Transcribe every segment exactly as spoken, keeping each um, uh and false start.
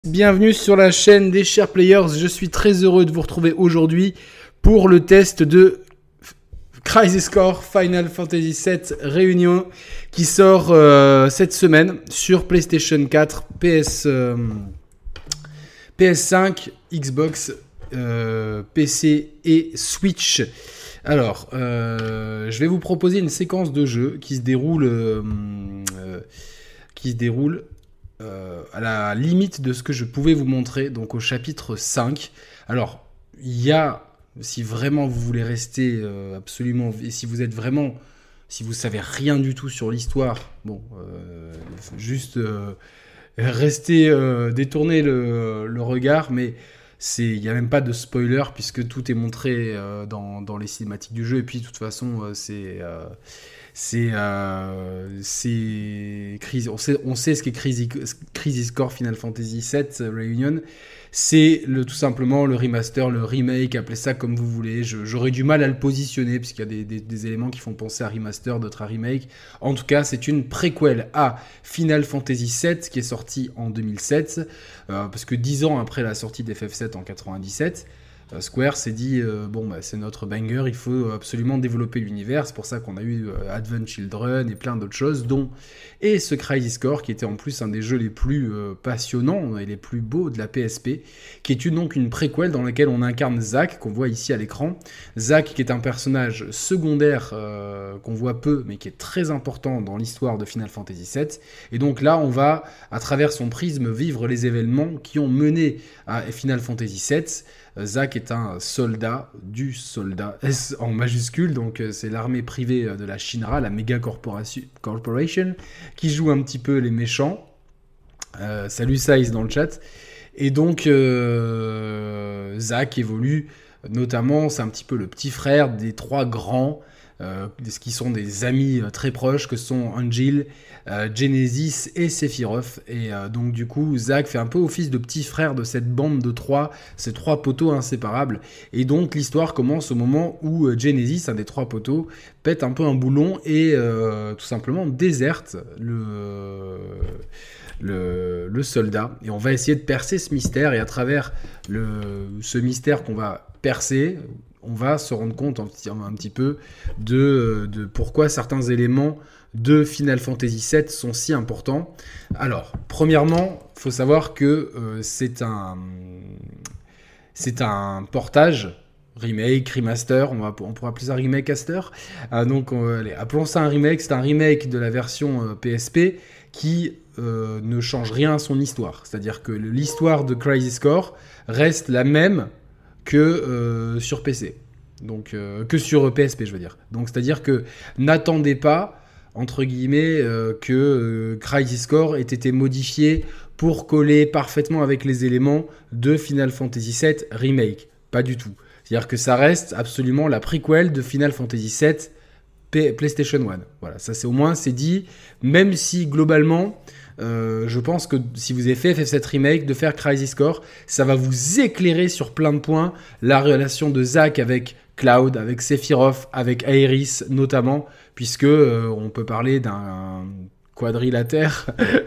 Bienvenue sur la chaîne des chers players, je suis très heureux de vous retrouver aujourd'hui pour le test de Crisis Core Final Fantasy sept Réunion qui sort euh, cette semaine sur PlayStation quatre, P S, euh, P S cinq, Xbox, euh, P C et Switch. Alors, euh, je vais vous proposer une séquence de jeu qui se déroule, euh, euh, qui se déroule Euh, à la limite de ce que je pouvais vous montrer, donc au chapitre cinq. Alors, il y a, si vraiment vous voulez rester euh, absolument, et si vous êtes vraiment, si vous savez rien du tout sur l'histoire, bon, euh, juste euh, rester, euh, détourner le, le regard, mais il n'y a même pas de spoiler puisque tout est montré euh, dans, dans les cinématiques du jeu, et puis de toute façon, euh, c'est... Euh, C'est, euh, c'est on, sait, on sait ce qu'est Crisis, Crisis Core Final Fantasy sept Réunion. C'est le, tout simplement le remaster, le remake, appelez ça comme vous voulez. Je, j'aurais du mal à le positionner, puisqu'il y a des, des, des éléments qui font penser à remaster, d'autres à remake. En tout cas, c'est une préquelle à Final Fantasy sept, qui est sorti en deux mille sept, euh, parce que dix ans après la sortie d'F F sept en quatre-vingt-dix-sept, Square s'est dit, euh, bon, bah, c'est notre banger, il faut absolument développer l'univers. C'est pour ça qu'on a eu euh, Advent Children et plein d'autres choses, dont et ce Crisis Core, qui était en plus un des jeux les plus euh, passionnants et les plus beaux de la P S P, qui est une, donc une préquelle dans laquelle on incarne Zack, qu'on voit ici à l'écran. Zack, qui est un personnage secondaire euh, qu'on voit peu, mais qui est très important dans l'histoire de Final Fantasy sept. Et donc là, on va, à travers son prisme, vivre les événements qui ont mené à Final Fantasy sept. Zack est un soldat du soldat, S en majuscule, donc c'est l'armée privée de la Shinra, la méga corporation, corporation, qui joue un petit peu les méchants. Euh, salut Size dans le chat. Et donc euh, Zack évolue, notamment, c'est un petit peu le petit frère des trois grands, euh, qui sont des amis très proches, que sont Angel, euh, Genesis et Sephiroth. Et euh, donc du coup, Zack fait un peu office de petit frère de cette bande de trois, ces trois poteaux inséparables. Et donc l'histoire commence au moment où euh, Genesis, un des trois poteaux, pète un peu un boulon et euh, tout simplement déserte le... Le, le soldat, et on va essayer de percer ce mystère, et à travers le, ce mystère qu'on va percer, on va se rendre compte un petit, un petit peu de, de pourquoi certains éléments de Final Fantasy sept sont si importants. Alors, premièrement, il faut savoir que euh, c'est un, c'est un portage, remake, remaster, on, va, on pourra appeler ça remake caster. Euh, donc, on, allez, appelons ça un remake. C'est un remake de la version euh, P S P qui euh, ne change rien à son histoire. C'est-à-dire que l'histoire de Crisis Core reste la même que euh, sur P C. Donc, euh, que sur P S P, je veux dire. Donc, c'est-à-dire que n'attendez pas, entre guillemets, euh, que euh, Crisis Core ait été modifié pour coller parfaitement avec les éléments de Final Fantasy sept Remake. Pas du tout. C'est-à-dire que ça reste absolument la prequel de Final Fantasy sept P- PlayStation un. Voilà, ça c'est au moins c'est dit, même si globalement, euh, je pense que si vous avez fait F F sept Remake, de faire Crisis Core, ça va vous éclairer sur plein de points, la relation de Zack avec Cloud, avec Sephiroth, avec Aeris notamment, puisque euh, on peut parler d'un quadrilatère.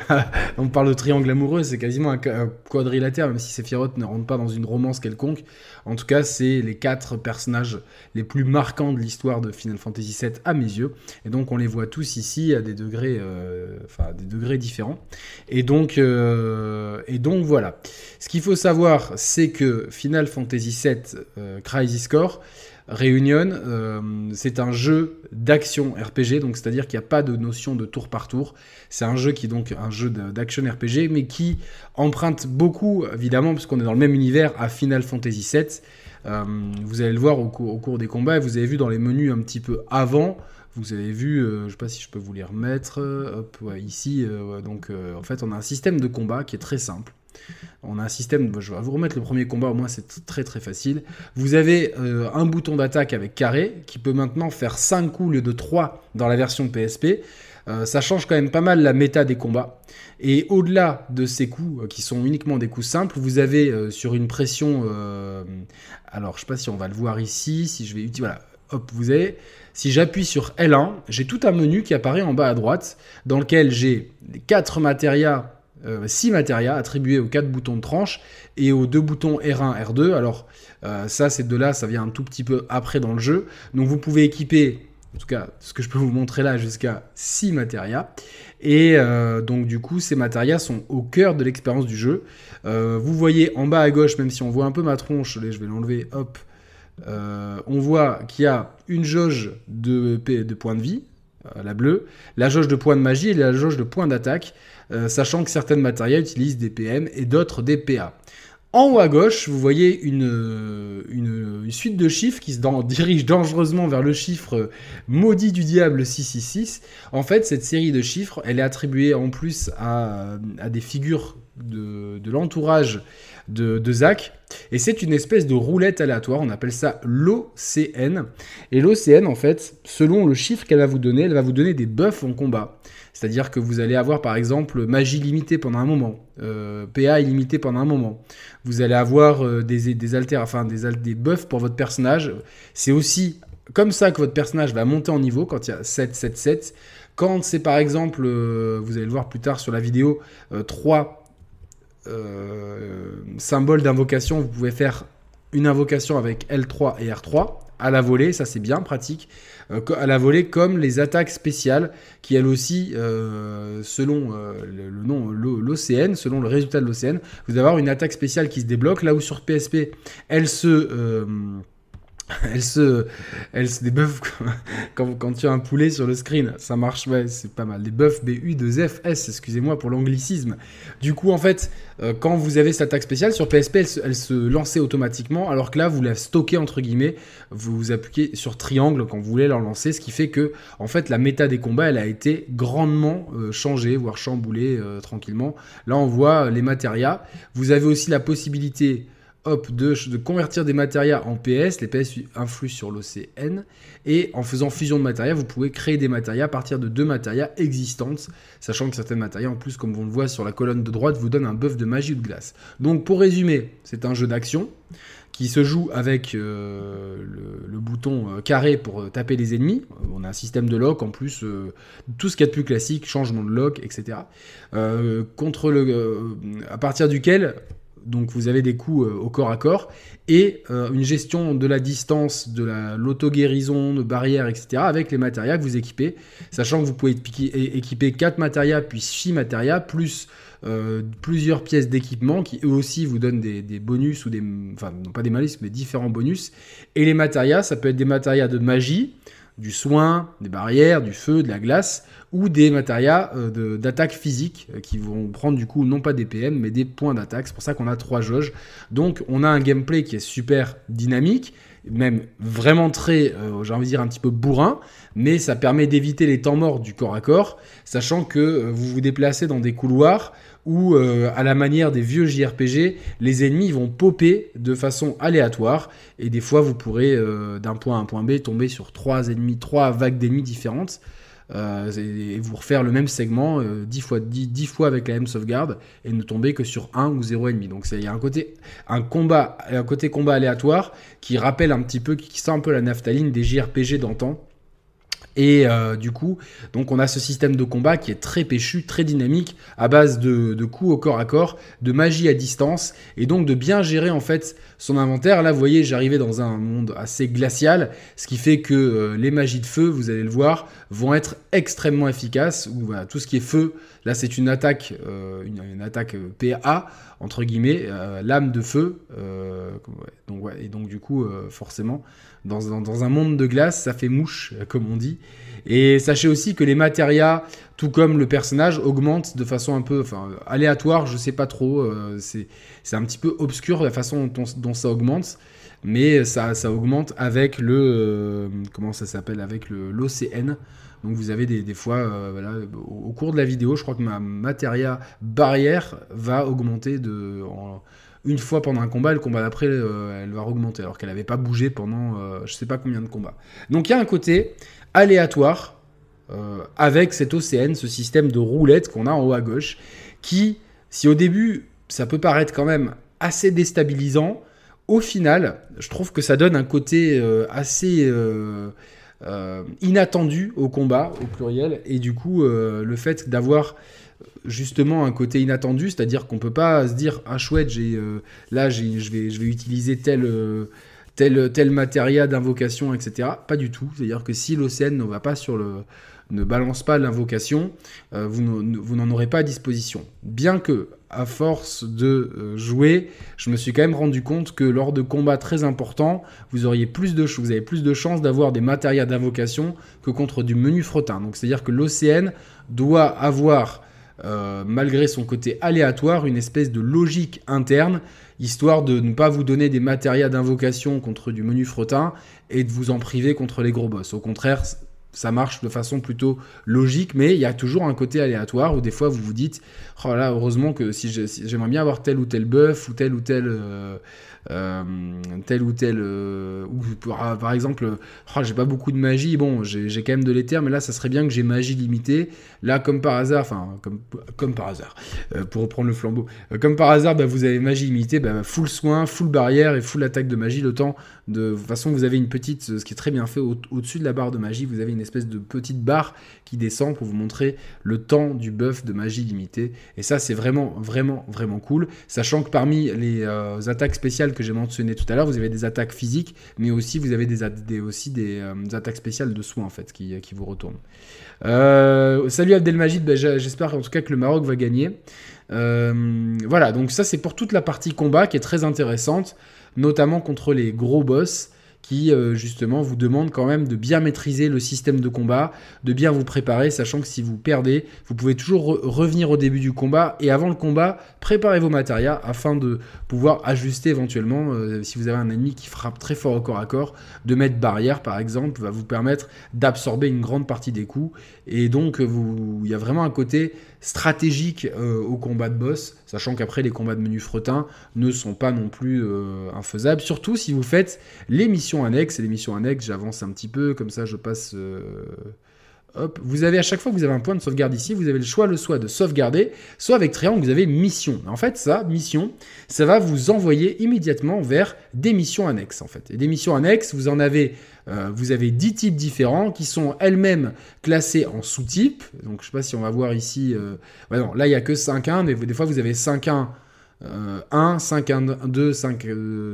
On parle de triangle amoureux, c'est quasiment un quadrilatère, même si Sephiroth ne rentre pas dans une romance quelconque. En tout cas, c'est les quatre personnages les plus marquants de l'histoire de Final Fantasy sept à mes yeux. Et donc, on les voit tous ici à des degrés, euh, enfin, à des degrés différents. Et donc, euh, et donc, voilà. Ce qu'il faut savoir, c'est que Final Fantasy sept euh, Crisis Core Réunion, euh, c'est un jeu d'action R P G, donc c'est-à-dire qu'il n'y a pas de notion de tour par tour. C'est un jeu qui est donc un jeu d'action R P G, mais qui emprunte beaucoup, évidemment, parce qu'on est dans le même univers, à Final Fantasy sept. Euh, vous allez le voir au, cours, au cours des combats, et vous avez vu dans les menus un petit peu avant, vous avez vu, euh, je ne sais pas si je peux vous les remettre, hop, ouais, ici, euh, donc euh, en fait on a un système de combat qui est très simple. On a un système, je vais vous remettre le premier combat, au moins c'est très très facile. Vous avez euh, un bouton d'attaque avec carré qui peut maintenant faire cinq coups au lieu de trois dans la version P S P. Euh, ça change quand même pas mal la méta des combats. Et au-delà de ces coups euh, qui sont uniquement des coups simples, vous avez euh, sur une pression... Euh, alors je sais pas si on va le voir ici, si je vais... Voilà, hop, vous avez... Si j'appuie sur L un, j'ai tout un menu qui apparaît en bas à droite dans lequel j'ai les quatre matérias six matérias attribués aux quatre boutons de tranche et aux deux boutons R un, R deux. Alors euh, ça, ces deux-là, ça vient un tout petit peu après dans le jeu. Donc vous pouvez équiper, en tout cas ce que je peux vous montrer là, jusqu'à six matérias. Et euh, donc du coup, ces matérias sont au cœur de l'expérience du jeu. Euh, vous voyez en bas à gauche, même si on voit un peu ma tronche, je vais l'enlever, hop, euh, on voit qu'il y a une jauge de, de points de vie, euh, la bleue, la jauge de points de magie et la jauge de points d'attaque, euh, sachant que certaines matérias utilisent des P M et d'autres des P A. En haut à gauche, vous voyez une, une, une suite de chiffres qui se dans, dirige dangereusement vers le chiffre maudit du diable six cent soixante-six. En fait, cette série de chiffres, elle est attribuée en plus à, à des figures de, de l'entourage de, de Zack. Et c'est une espèce de roulette aléatoire, on appelle ça l'O C N. Et l'O C N, en fait, selon le chiffre qu'elle va vous donner, elle va vous donner des buffs en combat. C'est-à-dire que vous allez avoir par exemple magie limitée pendant un moment, euh, P A illimité pendant un moment. Vous allez avoir euh, des, des, alter, enfin, des, des buffs pour votre personnage. C'est aussi comme ça que votre personnage va monter en niveau quand il y a sept, sept, sept. Quand c'est par exemple, euh, vous allez le voir plus tard sur la vidéo, euh, trois euh, symboles d'invocation, vous pouvez faire une invocation avec L trois et R trois. À la volée, ça c'est bien pratique, euh, à la volée comme les attaques spéciales qui elles aussi, euh, selon euh, le, le nom, l'O C N, selon le résultat de l'O C N, vous allez avoir une attaque spéciale qui se débloque, là où sur P S P, elle se... Euh, Elle se, elle se débuffe quand, quand tu as un poulet sur le screen. Ça marche, ouais, c'est pas mal. Des buffs B U deux F S, excusez-moi pour l'anglicisme. Du coup, en fait, euh, quand vous avez cette attaque spéciale, sur P S P, elle se, elle se lançait automatiquement, alors que là, vous la stockez, entre guillemets. Vous, vous appuyez sur triangle quand vous voulez la lancer, ce qui fait que, en fait, la méta des combats, elle a été grandement euh, changée, voire chamboulée euh, tranquillement. Là, on voit les matérias. Vous avez aussi la possibilité... Hop, de, de convertir des matérias en P S. Les P S influent sur l'O C N. Et en faisant fusion de matérias, vous pouvez créer des matérias à partir de deux matérias existantes. Sachant que certaines matérias, en plus, comme on le voit sur la colonne de droite, vous donnent un buff de magie ou de glace. Donc, pour résumer, c'est un jeu d'action qui se joue avec euh, le, le bouton euh, carré pour euh, taper les ennemis. Euh, on a un système de lock, en plus, euh, tout ce qu'il y a de plus classique, changement de lock, et cetera. Euh, contre le, euh, à partir duquel... Donc vous avez des coups euh, au corps à corps et euh, une gestion de la distance, de la, l'auto-guérison, de barrières, et cetera avec les matérias que vous équipez. Sachant que vous pouvez équiper quatre matérias puis six matérias plus euh, plusieurs pièces d'équipement qui eux aussi vous donnent des, des bonus ou des... Enfin non pas des malus mais différents bonus. Et les matérias, ça peut être des matérias de magie, du soin, des barrières, du feu, de la glace, ou des matérias euh, de, d'attaque physique euh, qui vont prendre du coup non pas des P M mais des points d'attaque. C'est pour ça qu'on a trois jauges. Donc on a un gameplay qui est super dynamique, même vraiment très, euh, j'ai envie de dire un petit peu bourrin, mais ça permet d'éviter les temps morts du corps à corps, sachant que euh, vous vous déplacez dans des couloirs où, euh, à la manière des vieux J R P G, les ennemis vont popper de façon aléatoire, et des fois vous pourrez, euh, d'un point A à un point B, tomber sur trois ennemis, trois vagues d'ennemis différentes, euh, et vous refaire le même segment euh, dix fois, dix, dix fois avec la même sauvegarde, et ne tomber que sur un ou zéro ennemi. Donc il y a un côté, un combat, un côté combat aléatoire qui rappelle un petit peu, qui sent un peu la naphtaline des J R P G d'antan. Et euh, du coup, donc on a ce système de combat qui est très péchu, très dynamique, à base de, de coups au corps à corps, de magie à distance, et donc de bien gérer en fait son inventaire. Là, vous voyez, j'arrivais dans un monde assez glacial, ce qui fait que euh, les magies de feu, vous allez le voir, vont être extrêmement efficaces. Ou voilà, tout ce qui est feu, là c'est une attaque, euh, une, une attaque P A entre guillemets, euh, lame de feu. Euh, ouais, donc ouais, et donc du coup, euh, forcément. Dans, dans, dans un monde de glace, ça fait mouche, comme on dit. Et sachez aussi que les matérias, tout comme le personnage, augmentent de façon un peu enfin, aléatoire, je sais pas trop. Euh, c'est, c'est un petit peu obscur la façon dont, dont ça augmente. Mais ça, ça augmente avec le... Euh, comment ça s'appelle? Avec le, l'O C N. Donc vous avez des, des fois, euh, voilà, au, au cours de la vidéo, je crois que ma matéria barrière va augmenter de... En, une fois pendant un combat, le combat d'après, euh, elle va augmenter, alors qu'elle n'avait pas bougé pendant euh, je ne sais pas combien de combats. Donc il y a un côté aléatoire euh, avec cet O C N, ce système de roulette qu'on a en haut à gauche, qui, si au début, ça peut paraître quand même assez déstabilisant, au final, je trouve que ça donne un côté euh, assez euh, euh, inattendu au combat, au pluriel, et du coup, euh, le fait d'avoir justement un côté inattendu, c'est-à-dire qu'on peut pas se dire ah chouette, j'ai euh, là j'ai, je vais je vais utiliser tel euh, tel tel matériel d'invocation, et cetera. Pas du tout. C'est-à-dire que si l'O C N ne va pas sur le ne balance pas l'invocation, euh, vous, ne, vous n'en aurez pas à disposition. Bien que, à force de euh, jouer, je me suis quand même rendu compte que lors de combats très importants, vous auriez plus de, vous avez plus de chances d'avoir des matériels d'invocation que contre du menu fretin. Donc c'est-à-dire que l'O C N doit avoir, euh, malgré son côté aléatoire, une espèce de logique interne, histoire de ne pas vous donner des matériels d'invocation contre du menu fretin et de vous en priver contre les gros boss. Au contraire, ça marche de façon plutôt logique, mais il y a toujours un côté aléatoire où des fois vous vous dites « Oh là, heureusement que si, je, si j'aimerais bien avoir tel ou tel buff ou tel ou tel... Euh, euh, tel ou tel... Euh, ou par, par exemple, oh, j'ai pas beaucoup de magie, bon, j'ai, j'ai quand même de l'éther, mais là, ça serait bien que j'ai magie limitée. Là, comme par hasard, enfin, comme, comme par hasard, euh, pour reprendre le flambeau, euh, comme par hasard, bah, vous avez magie limitée, bah, full soin, full barrière et full attaque de magie, le temps de... De toute façon, vous avez une petite... Ce qui est très bien fait, au, au-dessus de la barre de magie, vous avez une espèce de petite barre qui descend pour vous montrer le temps du buff de magie limitée. Et ça, c'est vraiment, vraiment, vraiment cool. Sachant que parmi les euh, attaques spéciales que j'ai mentionnées tout à l'heure, vous avez des attaques physiques, mais aussi vous avez des, des, aussi des, euh, des attaques spéciales de soins, en fait, qui, qui vous retournent. Euh, salut Abdelmajid, ben, j'espère en tout cas que le Maroc va gagner. Euh, voilà, donc ça, c'est pour toute la partie combat qui est très intéressante, notamment contre les gros boss, qui euh, justement vous demande quand même de bien maîtriser le système de combat, de bien vous préparer, sachant que si vous perdez, vous pouvez toujours re- revenir au début du combat, et avant le combat, préparez vos matérias afin de pouvoir ajuster éventuellement, euh, si vous avez un ennemi qui frappe très fort au corps à corps, de mettre barrière par exemple, va vous permettre d'absorber une grande partie des coups, et donc vous, il y a vraiment un côté stratégique euh, au combat de boss, sachant qu'après les combats de menu fretin ne sont pas non plus euh, infaisables, surtout si vous faites les missions annexes, et les missions annexes, j'avance un petit peu, comme ça je passe... Euh, hop, vous avez à chaque fois que vous avez un point de sauvegarde ici, vous avez le choix le soit de sauvegarder, soit avec triangle vous avez mission. En fait ça, mission, ça va vous envoyer immédiatement vers des missions annexes en fait. Et des missions annexes, vous en avez... Euh, vous avez dix types différents qui sont elles-mêmes classés en sous-types. Donc, je ne sais pas si on va voir ici. Euh... Ouais, non, là, il n'y a que cinq un, mais des fois, vous avez cinq un euh, un, cinq un deux, cinq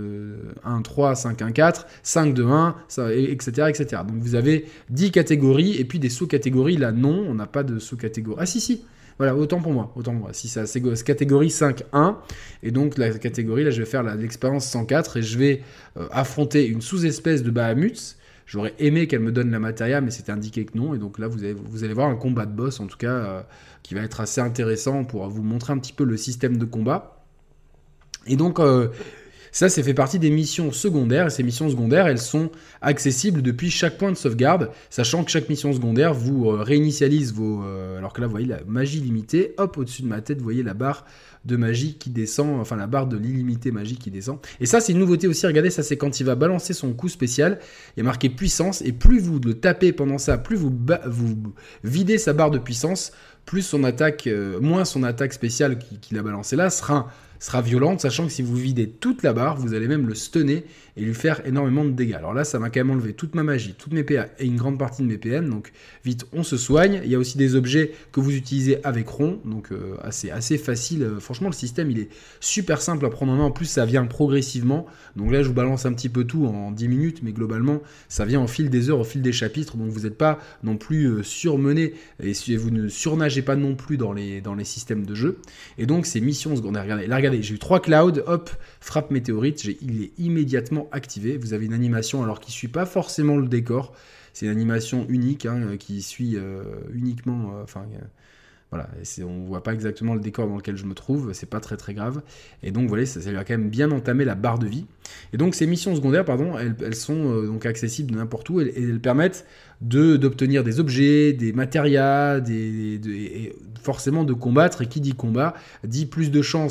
un trois, cinq un quatre, cinq deux un, ça, et cetera, et cetera. Donc, vous avez dix catégories et puis des sous-catégories. Là, non, on n'a pas de sous-catégorie. Ah, si, si. Voilà, autant pour moi, autant pour moi. Si ça, c'est catégorie cinq un, et donc la catégorie, là, je vais faire la, l'expérience cent quatre, et je vais euh, affronter une sous-espèce de Bahamut. J'aurais aimé qu'elle me donne la matéria, mais c'était indiqué que non. Et donc là, vous allez, vous allez voir un combat de boss, en tout cas, euh, qui va être assez intéressant pour vous montrer un petit peu le système de combat. Et donc, euh, ça, c'est fait partie des missions secondaires. Et ces missions secondaires, elles sont accessibles depuis chaque point de sauvegarde, sachant que chaque mission secondaire vous euh, réinitialise vos... Euh, alors que là, vous voyez la magie limitée. Hop, au-dessus de ma tête, vous voyez la barre de magie qui descend, enfin la barre de l'illimité magie qui descend. Et ça, c'est une nouveauté aussi, regardez, ça c'est quand il va balancer son coup spécial, il y a marqué puissance, et plus vous le tapez pendant ça, plus vous, ba- vous videz sa barre de puissance, plus son attaque, euh, moins son attaque spéciale qu'il, qu'il a balancée là sera, sera violente, sachant que si vous videz toute la barre, vous allez même le stunner et lui faire énormément de dégâts. Alors là, ça m'a quand même enlevé toute ma magie, toutes mes P A et une grande partie de mes P M, donc vite, on se soigne. Il y a aussi des objets que vous utilisez avec rond, donc euh, assez, assez facile. Franchement, le système, il est super simple à prendre en main. En plus, ça vient progressivement. Donc là, je vous balance un petit peu tout en dix minutes, mais globalement, ça vient au fil des heures, au fil des chapitres. Donc vous n'êtes pas non plus euh, surmené et vous ne surnagez pas non plus dans les, dans les systèmes de jeu. Et donc, ces missions secondaires, regardez, là, regardez, j'ai eu trois clouds, hop, frappe météorite, j'ai, il est immédiatement activé. Vous avez une animation alors qui ne suit pas forcément le décor. C'est une animation unique hein, qui suit euh, uniquement... Euh, enfin, euh, voilà, et c'est, on ne voit pas exactement le décor dans lequel je me trouve, c'est pas très très grave. Et donc voilà, ça, ça lui a quand même bien entamé la barre de vie. Et donc ces missions secondaires, pardon, elles, elles sont euh, donc accessibles de n'importe où, et, et elles permettent de, d'obtenir des objets, des matérias, des, des, et forcément de combattre. Et qui dit combat dit plus de chances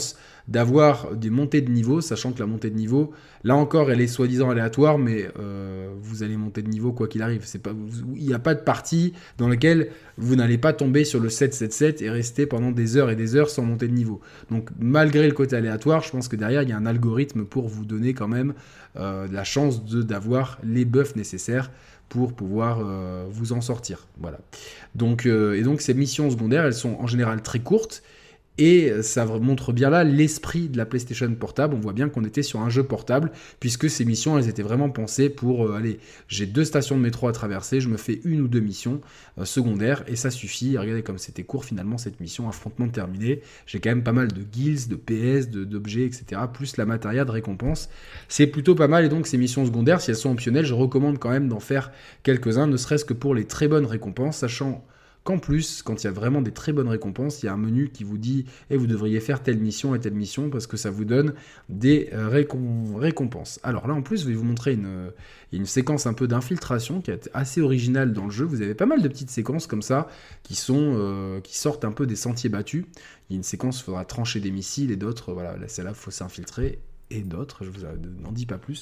d'avoir des montées de niveau, sachant que la montée de niveau, là encore, elle est soi-disant aléatoire, mais euh, vous allez monter de niveau quoi qu'il arrive. C'est pas, il n'y a pas de partie dans laquelle vous n'allez pas tomber sur le sept sept sept et rester pendant des heures et des heures sans monter de niveau. Donc malgré le côté aléatoire, je pense que derrière, il y a un algorithme pour vous donner quand même euh, la chance de, d'avoir les buffs nécessaires pour pouvoir euh, vous en sortir. Voilà. Donc, euh, et donc ces missions secondaires, elles sont en général très courtes, et ça montre bien là l'esprit de la PlayStation Portable. On voit bien qu'on était sur un jeu portable, puisque ces missions, elles étaient vraiment pensées pour, euh, allez, j'ai deux stations de métro à traverser, je me fais une ou deux missions euh, secondaires, et ça suffit. Et regardez comme c'était court finalement cette mission, affrontement terminé. J'ai quand même pas mal de guilds, de P S, de, d'objets, et cetera, plus la matérielle de récompense. C'est plutôt pas mal, et donc ces missions secondaires, si elles sont optionnelles, je recommande quand même d'en faire quelques-uns, ne serait-ce que pour les très bonnes récompenses, sachant qu'en plus, quand il y a vraiment des très bonnes récompenses, il y a un menu qui vous dit hey, « vous devriez faire telle mission et telle mission » parce que ça vous donne des euh, récom- récompenses. Alors là, en plus, je vais vous montrer une, euh, une séquence un peu d'infiltration qui est assez originale dans le jeu. Vous avez pas mal de petites séquences comme ça qui, sont, euh, qui sortent un peu des sentiers battus. Il y a une séquence où il faudra trancher des missiles et d'autres, voilà, là, celle-là, il faut s'infiltrer, et d'autres, je vous en dis pas plus.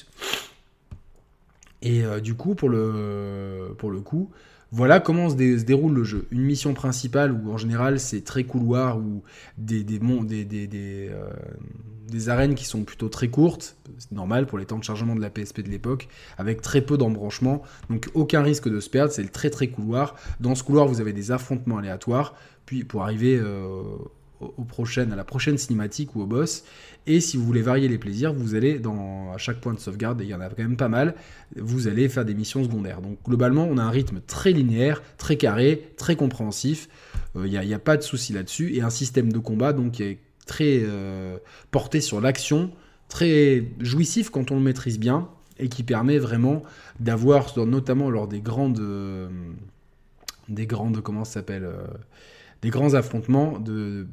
Et euh, du coup, pour le, pour le coup, voilà comment se, dé, se déroule le jeu. Une mission principale où en général c'est très couloir ou des, des, des, des, des, euh, des arènes qui sont plutôt très courtes, c'est normal pour les temps de chargement de la P S P de l'époque, avec très peu d'embranchements, donc aucun risque de se perdre, c'est le très très couloir. Dans ce couloir vous avez des affrontements aléatoires, puis pour arriver euh, au, au prochain, à la prochaine cinématique ou au boss. Et si vous voulez varier les plaisirs, vous allez, dans, à chaque point de sauvegarde, et il y en a quand même pas mal, vous allez faire des missions secondaires. Donc globalement, on a un rythme très linéaire, très carré, très compréhensif. Il euh, n'y a, a pas de souci là-dessus. Et un système de combat donc, qui est très euh, porté sur l'action, très jouissif quand on le maîtrise bien, et qui permet vraiment d'avoir, notamment lors des grandes... Euh, des grandes... comment ça s'appelle euh, des grands affrontements, de,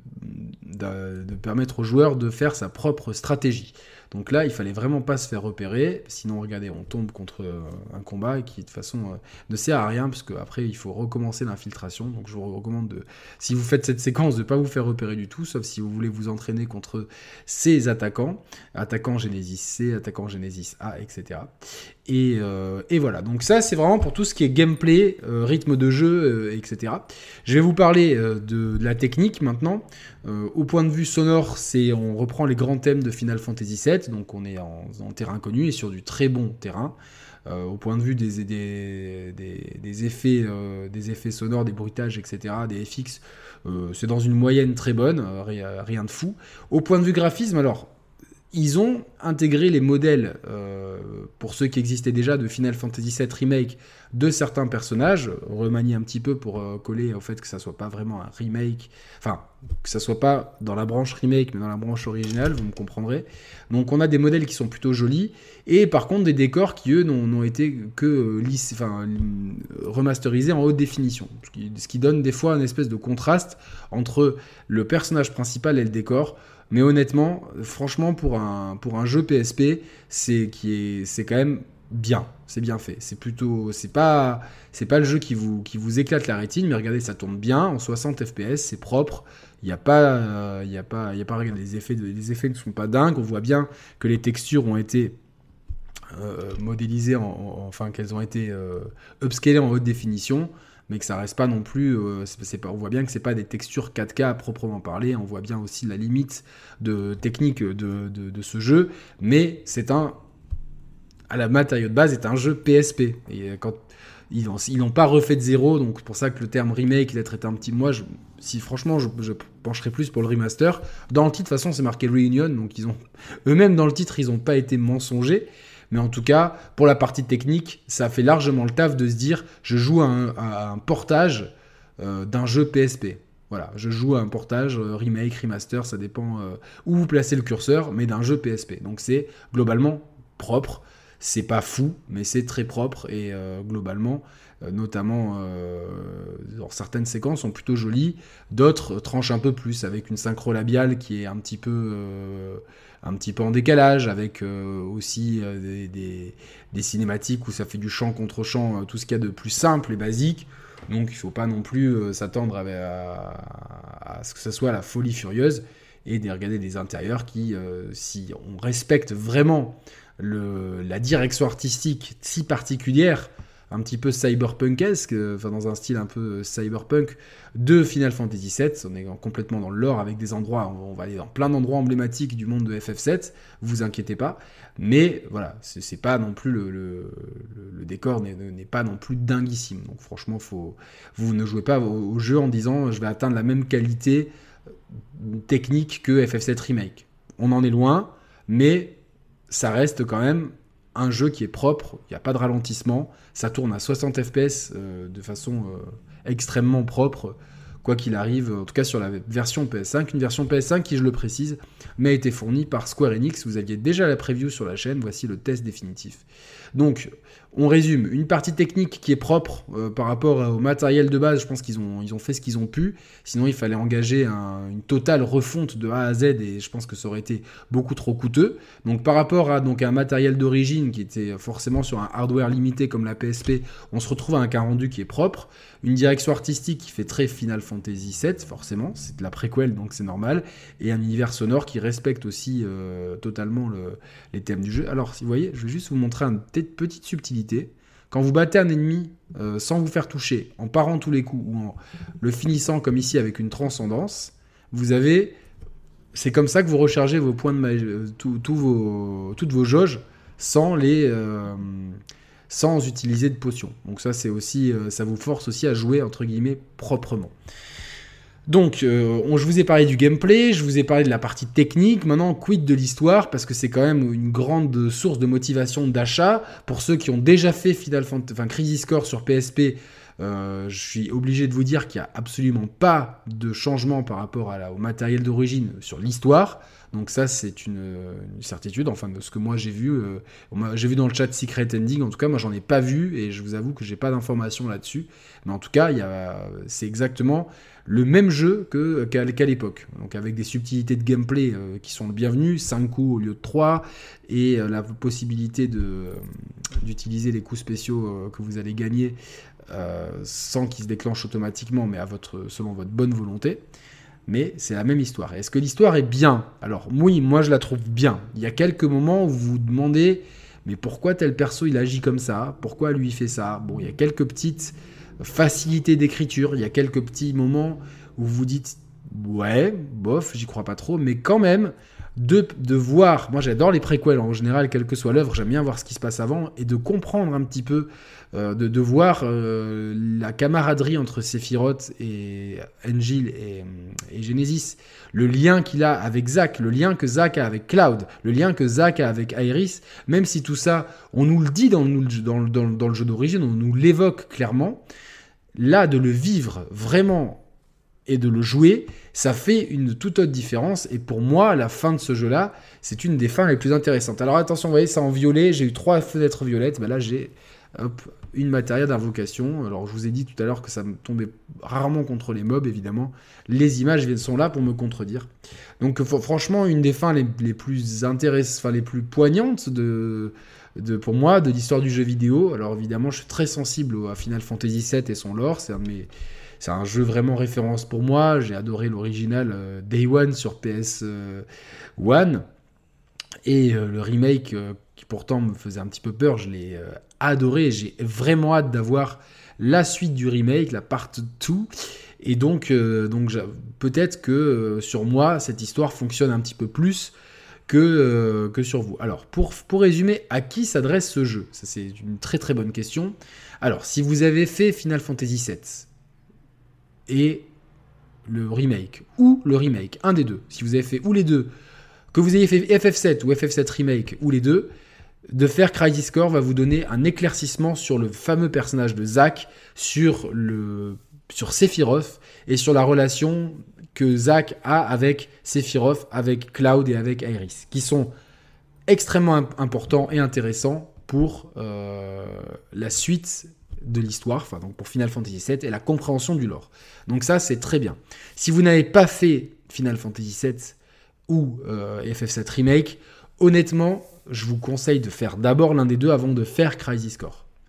de, de permettre aux joueurs de faire sa propre stratégie. Donc là, il fallait vraiment pas se faire repérer, sinon regardez, on tombe contre un combat qui de toute façon euh, ne sert à rien, parce qu'après il faut recommencer l'infiltration. Donc je vous recommande, de, si vous faites cette séquence, de ne pas vous faire repérer du tout, sauf si vous voulez vous entraîner contre ces attaquants, attaquant Genesis C, attaquant Genesis A, et cetera. Et, euh, et voilà, donc ça c'est vraiment pour tout ce qui est gameplay, euh, rythme de jeu, euh, et cetera. Je vais vous parler euh, de, de la technique maintenant. Euh, au point de vue sonore, c'est, on reprend les grands thèmes de Final Fantasy sept, donc on est en, en terrain connu et sur du très bon terrain. Euh, au point de vue des, des, des, des, effets, euh, des effets sonores, des bruitages, et cetera, des F X, euh, c'est dans une moyenne très bonne, euh, rien, rien de fou. Au point de vue graphisme, alors... ils ont intégré les modèles, euh, pour ceux qui existaient déjà, de Final Fantasy sept Remake, de certains personnages, remaniés un petit peu pour euh, coller au fait que ça soit pas vraiment un remake, enfin, que ça soit pas dans la branche remake, mais dans la branche originale, vous me comprendrez. Donc on a des modèles qui sont plutôt jolis, et par contre des décors qui, eux, n'ont, n'ont été que euh, lisse, enfin, remasterisés en haute définition, ce qui, ce qui donne des fois une espèce de contraste entre le personnage principal et le décor. Mais honnêtement, franchement, pour un, pour un jeu P S P, c'est, qui est, c'est quand même bien. C'est bien fait. C'est plutôt, c'est pas, c'est pas le jeu qui vous, qui vous éclate la rétine, mais regardez, ça tourne bien en soixante F P S, c'est propre. Il n'y a pas, euh, il y a pas, il y a pas, regardez, les effets, de, les effets ne sont pas dingues. On voit bien que les textures ont été euh, modélisées, en, en, enfin qu'elles ont été euh, upscalées en haute définition. Mais que ça reste pas non plus, euh, c'est, c'est pas, on voit bien que c'est pas des textures quatre K à proprement parler, on voit bien aussi la limite de technique de, de, de ce jeu, mais c'est un, à la matériau de base, c'est un jeu P S P, et quand ils n'ont, ils n'ont pas refait de zéro, donc c'est pour ça que le terme remake, il est traité un petit, moi, je, si franchement, je, je pencherais plus pour le remaster. Dans le titre, de toute façon, c'est marqué Reunion, donc ils ont, eux-mêmes dans le titre, ils n'ont pas été mensongers. Mais en tout cas, pour la partie technique, ça fait largement le taf de se dire je joue à un, à un portage euh, d'un jeu P S P. Voilà, je joue à un portage, euh, remake, remaster, ça dépend euh, où vous placez le curseur, mais d'un jeu P S P. Donc c'est globalement propre. C'est pas fou, mais c'est très propre et euh, globalement, euh, notamment euh, dans certaines séquences, sont plutôt jolies. D'autres tranchent un peu plus avec une synchro labiale qui est un petit peu, euh, un petit peu en décalage, avec euh, aussi euh, des, des, des cinématiques où ça fait du chant contre chant, euh, tout ce qu'il y a de plus simple et basique. Donc il ne faut pas non plus euh, s'attendre à, à, à ce que ce soit la folie furieuse. et de regarder des intérieurs qui, euh, si on respecte vraiment le, la direction artistique si particulière, un petit peu cyberpunkesque, enfin dans un style un peu cyberpunk de Final Fantasy sept. On est complètement dans le lore avec des endroits, on va aller dans plein d'endroits emblématiques du monde de F F sept, vous inquiétez pas. Mais voilà, c'est, c'est pas non plus le, le, le décor n'est, n'est pas non plus dinguissime. Donc franchement, faut, vous ne jouez pas au, au jeu en disant je vais atteindre la même qualité technique que F F sept Remake. On en est loin, mais ça reste quand même un jeu qui est propre, il n'y a pas de ralentissement, ça tourne à soixante F P S euh, de façon euh, extrêmement propre, quoi qu'il arrive, en tout cas sur la version P S cinq, une version P S cinq qui, je le précise, m'a été fournie par Square Enix. Vous aviez déjà la preview sur la chaîne, voici le test définitif. Donc, on résume, une partie technique qui est propre euh, par rapport au matériel de base. Je pense qu'ils ont, ils ont fait ce qu'ils ont pu, sinon il fallait engager un, une totale refonte de A à Z et je pense que ça aurait été beaucoup trop coûteux. Donc par rapport à donc, un matériel d'origine qui était forcément sur un hardware limité comme la P S P, on se retrouve avec un rendu qui est propre, une direction artistique qui fait très Final Fantasy sept, forcément, c'est de la préquelle donc c'est normal, et un univers sonore qui respecte aussi euh, totalement le, les thèmes du jeu. Alors si vous voyez, je vais juste vous montrer une petite subtilité. Quand vous battez un ennemi euh, sans vous faire toucher, en parant tous les coups ou en le finissant comme ici avec une transcendance, vous avez, c'est comme ça que vous rechargez vos points de magie, euh, tout, tout vos, toutes vos jauges sans les, euh, sans utiliser de potions. Donc ça c'est aussi, euh, ça vous force aussi à jouer entre guillemets proprement. Donc, euh, on, je vous ai parlé du gameplay, je vous ai parlé de la partie technique, maintenant quid de l'histoire, parce que c'est quand même une grande source de motivation d'achat. Pour ceux qui ont déjà fait Final Fantasy, enfin Crisis Core sur P S P, euh, je suis obligé de vous dire qu'il n'y a absolument pas de changement par rapport à la, au matériel d'origine sur l'histoire. Donc ça, c'est une, une certitude, enfin de ce que moi j'ai vu. Euh, j'ai vu dans le chat Secret Ending, en tout cas moi j'en ai pas vu, et je vous avoue que j'ai pas d'informations là-dessus. Mais en tout cas, il y a, c'est exactement le même jeu que, qu'à, qu'à l'époque. Donc avec des subtilités de gameplay euh, qui sont le bienvenu, cinq coups au lieu de trois, et euh, la possibilité de, euh, d'utiliser les coups spéciaux euh, que vous allez gagner euh, sans qu'ils se déclenchent automatiquement, mais à votre, selon votre bonne volonté. Mais c'est la même histoire. Est-ce que l'histoire est bien ? Alors oui, moi je la trouve bien. Il y a quelques moments où vous vous demandez mais pourquoi tel perso il agit comme ça ? Pourquoi lui il fait ça ? Bon, il y a quelques petites facilités d'écriture, il y a quelques petits moments où vous vous dites ouais, bof, j'y crois pas trop, mais quand même de, de voir, moi j'adore les préquels en général, quelle que soit l'œuvre, j'aime bien voir ce qui se passe avant et de comprendre un petit peu, euh, de, de voir euh, la camaraderie entre Sephiroth et Angel et, et Genesis, le lien qu'il a avec Zack, le lien que Zack a avec Cloud, le lien que Zack a avec Iris, même si tout ça, on nous le dit dans, dans, dans, dans le jeu d'origine, on nous l'évoque clairement, là de le vivre vraiment et de le jouer, ça fait une toute autre différence. Et pour moi, la fin de ce jeu-là, c'est une des fins les plus intéressantes. Alors attention, vous voyez, ça en violet, j'ai eu trois fenêtres violettes. Ben là, j'ai hop, une matérielle d'invocation. Alors je vous ai dit tout à l'heure que ça me tombait rarement contre les mobs, évidemment. Les images sont là pour me contredire. Donc franchement, une des fins les, les plus intéressantes, enfin les plus poignantes de... De, pour moi, de l'histoire du jeu vidéo. Alors évidemment, je suis très sensible à Final Fantasy sept et son lore. C'est un de mes... C'est un jeu vraiment référence pour moi. J'ai adoré l'original euh, Day One sur P S euh, One. Et euh, le remake, euh, qui pourtant me faisait un petit peu peur, je l'ai euh, adoré. J'ai vraiment hâte d'avoir la suite du remake, la part deux. Et donc, euh, donc peut-être que euh, sur moi, cette histoire fonctionne un petit peu plus que, euh, que sur vous. Alors, pour, pour résumer, à qui s'adresse ce jeu ? Ça, c'est une très très bonne question. Alors, si vous avez fait Final Fantasy sept et le remake, ou le remake, un des deux, si vous avez fait ou les deux, que vous ayez fait F F sept ou F F sept Remake, ou les deux, de faire Crisis Core va vous donner un éclaircissement sur le fameux personnage de Zack, sur, le, sur Sephiroth, et sur la relation que Zack a avec Sephiroth, avec Cloud et avec Iris, qui sont extrêmement imp- importants et intéressants pour euh, la suite de l'histoire, enfin donc pour Final Fantasy sept et la compréhension du lore. Donc ça, c'est très bien. Si vous n'avez pas fait Final Fantasy sept ou euh, F F sept Remake, honnêtement, je vous conseille de faire d'abord l'un des deux avant de faire Crisis Core.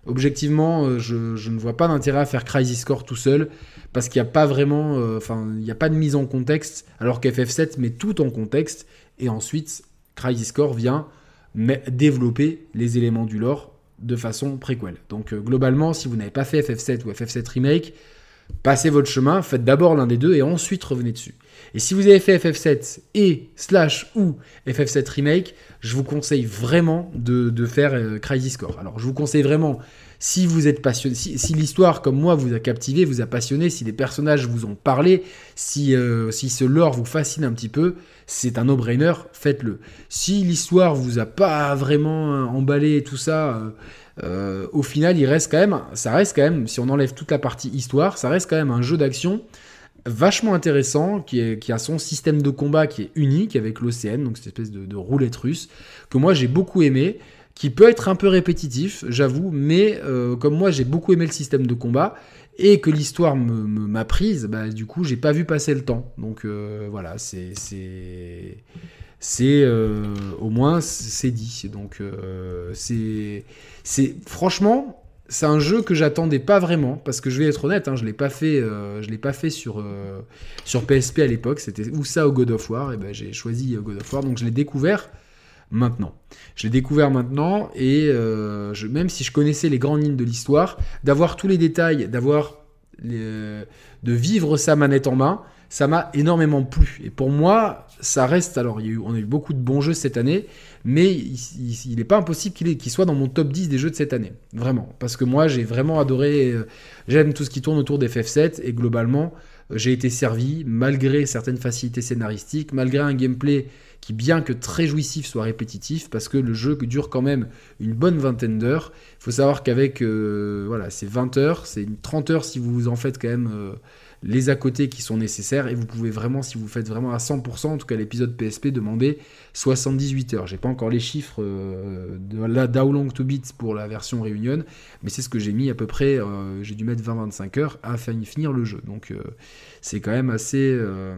Objectivement, euh, je, je ne vois pas d'intérêt à faire Crisis Core tout seul, parce qu'il n'y a pas vraiment, enfin, euh, il n'y a pas de mise en contexte, alors qu'F F sept met tout en contexte, et ensuite, Crisis Core vient mais, développer les éléments du lore de façon préquelle. Donc, euh, globalement, si vous n'avez pas fait F F sept ou F F sept Remake, passez votre chemin, faites d'abord l'un des deux, et ensuite revenez dessus. Et si vous avez fait F F sept et slash ou F F sept Remake, je vous conseille vraiment de, de faire euh, Crisis Core. Alors, je vous conseille vraiment, si vous êtes passionné, si, si l'histoire, comme moi, vous a captivé, vous a passionné, si les personnages vous ont parlé, si, euh, si ce lore vous fascine un petit peu, c'est un no-brainer, faites-le. Si l'histoire vous a pas vraiment emballé et tout ça, euh, euh, au final, il reste quand même, ça reste quand même, si on enlève toute la partie histoire, ça reste quand même un jeu d'action vachement intéressant, qui, est, qui a son système de combat qui est unique avec l'O C N, donc cette espèce de, de roulette russe, que moi j'ai beaucoup aimé, qui peut être un peu répétitif, j'avoue, mais euh, comme moi j'ai beaucoup aimé le système de combat, et que l'histoire me, me, m'a prise, bah, du coup j'ai pas vu passer le temps. Donc euh, voilà, c'est... c'est... c'est euh, au moins c'est dit. Donc euh, c'est... c'est... Franchement... C'est un jeu que j'attendais pas vraiment, parce que je vais être honnête, hein, je l'ai pas fait, euh, je l'ai pas fait sur, euh, sur P S P à l'époque, c'était ou ça ou God of War, et ben j'ai choisi God of War, donc je l'ai découvert maintenant. Je l'ai découvert maintenant, et euh, je, même si je connaissais les grandes lignes de l'histoire, d'avoir tous les détails, d'avoir les, euh, de vivre sa manette en main, ça m'a énormément plu. Et pour moi, ça reste... Alors, il y a eu, on a eu beaucoup de bons jeux cette année, mais il n'est pas impossible qu'il, est, qu'il soit dans mon top dix des jeux de cette année. Vraiment. Parce que moi, j'ai vraiment adoré... Euh, j'aime tout ce qui tourne autour d'F F sept, et globalement, euh, j'ai été servi, malgré certaines facilités scénaristiques, malgré un gameplay qui, bien que très jouissif, soit répétitif, parce que le jeu dure quand même une bonne vingtaine d'heures. Il faut savoir qu'avec... Euh, voilà, c'est vingt heures, c'est une trente heures si vous en faites quand même... Euh, les à côté qui sont nécessaires, et vous pouvez vraiment, si vous faites vraiment à cent pour cent, en tout cas l'épisode P S P, demander soixante-dix-huit heures. J'ai pas encore les chiffres euh, de la d'How Long to Beat pour la version Reunion, mais c'est ce que j'ai mis à peu près, euh, j'ai dû mettre vingt à vingt-cinq heures à finir le jeu. Donc euh, c'est quand même assez, euh,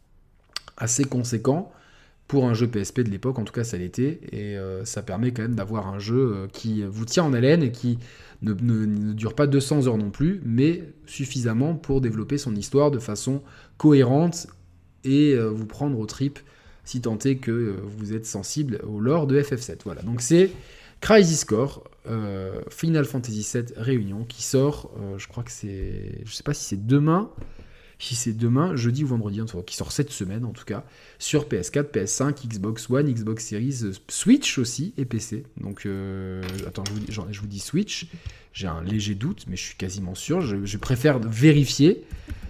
assez conséquent pour un jeu P S P de l'époque, en tout cas ça l'était, et euh, ça permet quand même d'avoir un jeu euh, qui vous tient en haleine et qui ne, ne, ne dure pas deux cents heures non plus, mais suffisamment pour développer son histoire de façon cohérente et euh, vous prendre aux tripes si tant est que euh, vous êtes sensible au lore de F F sept. Voilà, donc c'est Crisis Core, euh, Final Fantasy sept Réunion, qui sort, euh, je crois que c'est, je sais pas si c'est demain, si c'est demain, jeudi ou vendredi, qui sort cette semaine en tout cas, sur P S quatre, P S cinq, Xbox One, Xbox Series, Switch aussi et P C. Donc, euh, attends, je vous, dis, genre, je vous dis Switch, j'ai un léger doute, mais je suis quasiment sûr, je, je préfère vérifier,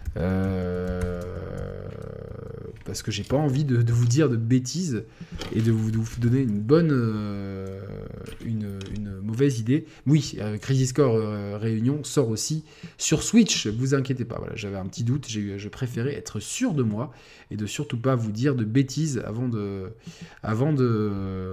euh, parce que j'ai pas envie de, de vous dire de bêtises et de vous, de vous donner une bonne, euh, une, une mauvaise idée. Oui, euh, Crisis Core euh, Réunion sort aussi sur Switch, vous inquiétez pas. Voilà, j'avais un petit doute, j'ai eu, je préférais être sûr de moi et de surtout pas vous dire de bêtises avant de, avant de,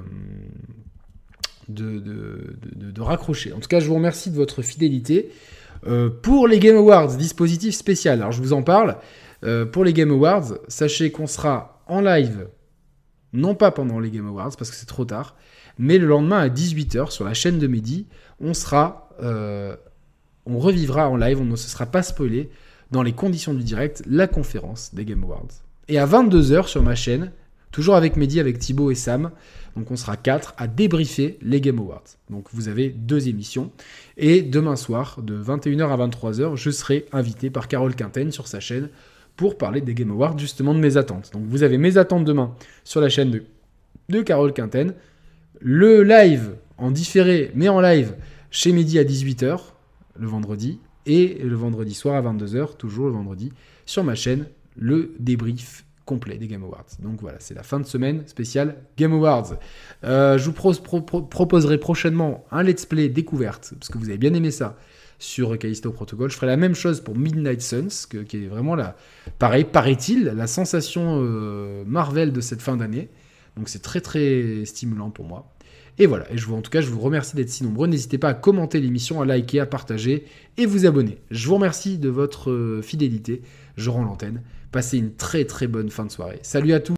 de, de, de, de raccrocher. En tout cas, je vous remercie de votre fidélité. Euh, pour les Game Awards, dispositif spécial, alors je vous en parle. Euh, pour les Game Awards, sachez qu'on sera en live, non pas pendant les Game Awards, parce que c'est trop tard, mais le lendemain à dix-huit heures sur la chaîne de Mehdi, on sera, euh, on revivra en live, on ne se sera pas spoilé, dans les conditions du direct, la conférence des Game Awards. Et à vingt-deux heures sur ma chaîne, toujours avec Mehdi, avec Thibaut et Sam, donc on sera quatre à débriefer les Game Awards. Donc vous avez deux émissions. Et demain soir, de vingt et une heures à vingt-trois heures, je serai invité par Carole Quinten sur sa chaîne pour parler des Game Awards, justement de mes attentes. Donc vous avez mes attentes demain sur la chaîne de, de Carole Quinten. Le live en différé, mais en live, chez Mehdi à dix-huit heures, le vendredi. Et le vendredi soir à vingt-deux heures, toujours le vendredi, sur ma chaîne, le débrief complet des Game Awards. Donc voilà, c'est la fin de semaine spéciale Game Awards. Euh, je vous pro- pro- pro- proposerai prochainement un let's play découverte, parce que vous avez bien aimé ça, sur Callisto Protocol. Je ferai la même chose pour Midnight Suns, que, qui est vraiment la, pareil, paraît-il, la sensation euh, Marvel de cette fin d'année. Donc c'est très très stimulant pour moi. Et voilà, et je vous, en tout cas, je vous remercie d'être si nombreux. N'hésitez pas à commenter l'émission, à liker, à partager et vous abonner. Je vous remercie de votre fidélité. Je rends l'antenne. Passez une très très bonne fin de soirée. Salut à tous.